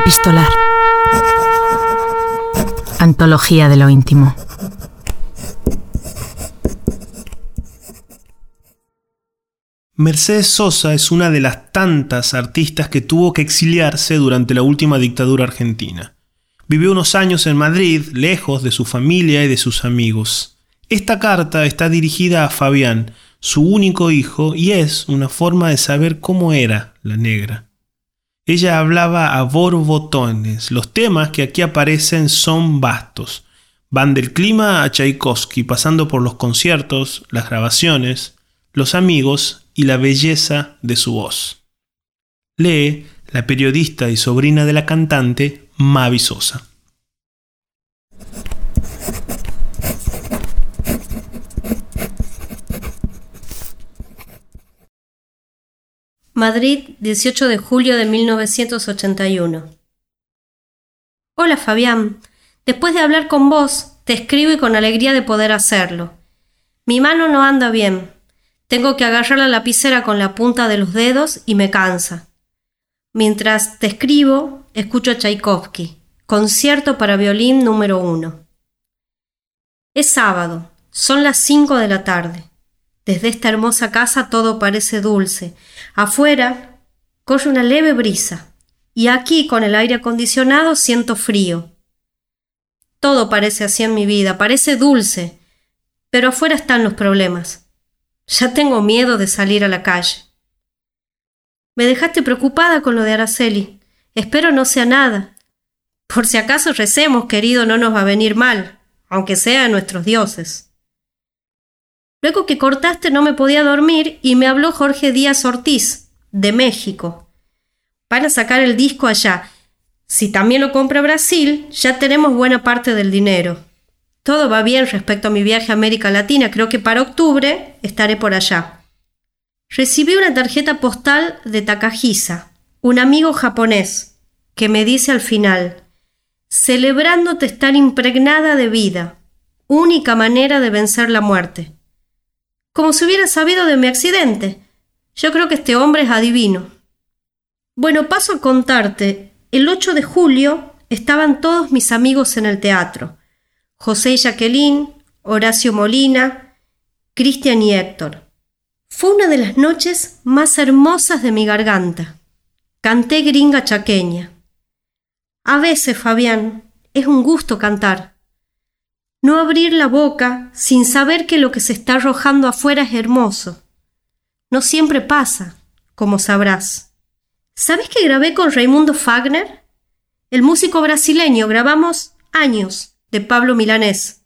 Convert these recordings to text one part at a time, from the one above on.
Epistolar. Antología de lo íntimo. Mercedes Sosa es una de las tantas artistas que tuvo que exiliarse durante la última dictadura argentina. Vivió unos años en Madrid, lejos de su familia y de sus amigos. Esta carta está dirigida a Fabián, su único hijo, y es una forma de saber cómo era la negra. Ella hablaba a borbotones. Los temas que aquí aparecen son vastos. Van del clima a Tchaikovsky, pasando por los conciertos, las grabaciones, los amigos y la belleza de su voz. Lee la periodista y sobrina de la cantante Mavi Sosa. Madrid, 18 de julio de 1981. Hola Fabián, después de hablar con vos, te escribo y con alegría de poder hacerlo. Mi mano no anda bien. Tengo que agarrar la lapicera con la punta de los dedos y me cansa. Mientras te escribo, escucho a Tchaikovsky, concierto para violín número 1. Es sábado, son las 5 de la tarde. Desde esta hermosa casa todo parece dulce. Afuera corre una leve brisa y aquí con el aire acondicionado siento frío. Todo parece así en mi vida, parece dulce, pero afuera están los problemas. Ya tengo miedo de salir a la calle. Me dejaste preocupada con lo de Araceli. Espero no sea nada. Por si acaso recemos, querido, no nos va a venir mal, aunque sea a nuestros dioses. Luego que cortaste no me podía dormir y me habló Jorge Díaz Ortiz, de México. Van a sacar el disco allá. Si también lo compra Brasil, ya tenemos buena parte del dinero. Todo va bien respecto a mi viaje a América Latina. Creo que para octubre estaré por allá. Recibí una tarjeta postal de Takahisa, un amigo japonés, que me dice al final: celebrándote estar impregnada de vida, única manera de vencer la muerte. Como si hubiera sabido de mi accidente. Yo creo que este hombre es adivino. Bueno, paso a contarte. El 8 de julio estaban todos mis amigos en el teatro. José y Jacqueline, Horacio Molina, Cristian y Héctor. Fue una de las noches más hermosas de mi garganta. Canté Gringa Chaqueña. A veces, Fabián, es un gusto cantar. No abrir la boca sin saber que lo que se está arrojando afuera es hermoso. No siempre pasa, como sabrás. ¿Sabes que grabé con Raimundo Fagner? El músico brasileño. Grabamos Años, de Pablo Milanés.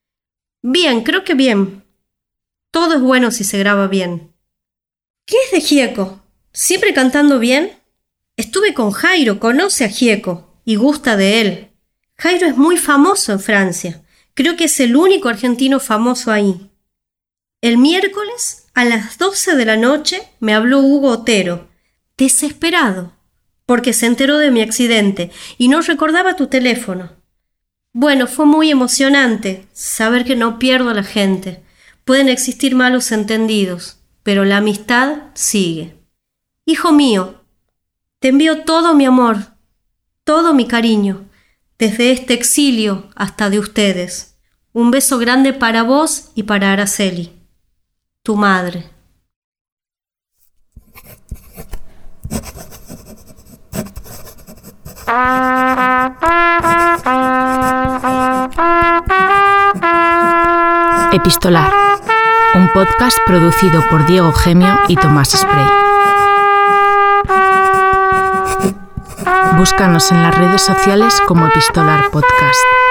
Bien, creo que bien. Todo es bueno si se graba bien. ¿Qué es de Gieco? ¿Siempre cantando bien? Estuve con Jairo, conoce a Gieco y gusta de él. Jairo es muy famoso en Francia. Creo que es el único argentino famoso ahí. El miércoles, a las 12 de la noche, me habló Hugo Otero, desesperado, porque se enteró de mi accidente y no recordaba tu teléfono. Bueno, fue muy emocionante saber que no pierdo a la gente. Pueden existir malos entendidos, pero la amistad sigue. Hijo mío, te envío todo mi amor, todo mi cariño, desde este exilio hasta de ustedes. Un beso grande para vos y para Araceli, tu madre. Epistolar, un podcast producido por Diego Gemio y Tomás Spray. Búscanos en las redes sociales como Epistolar Podcast.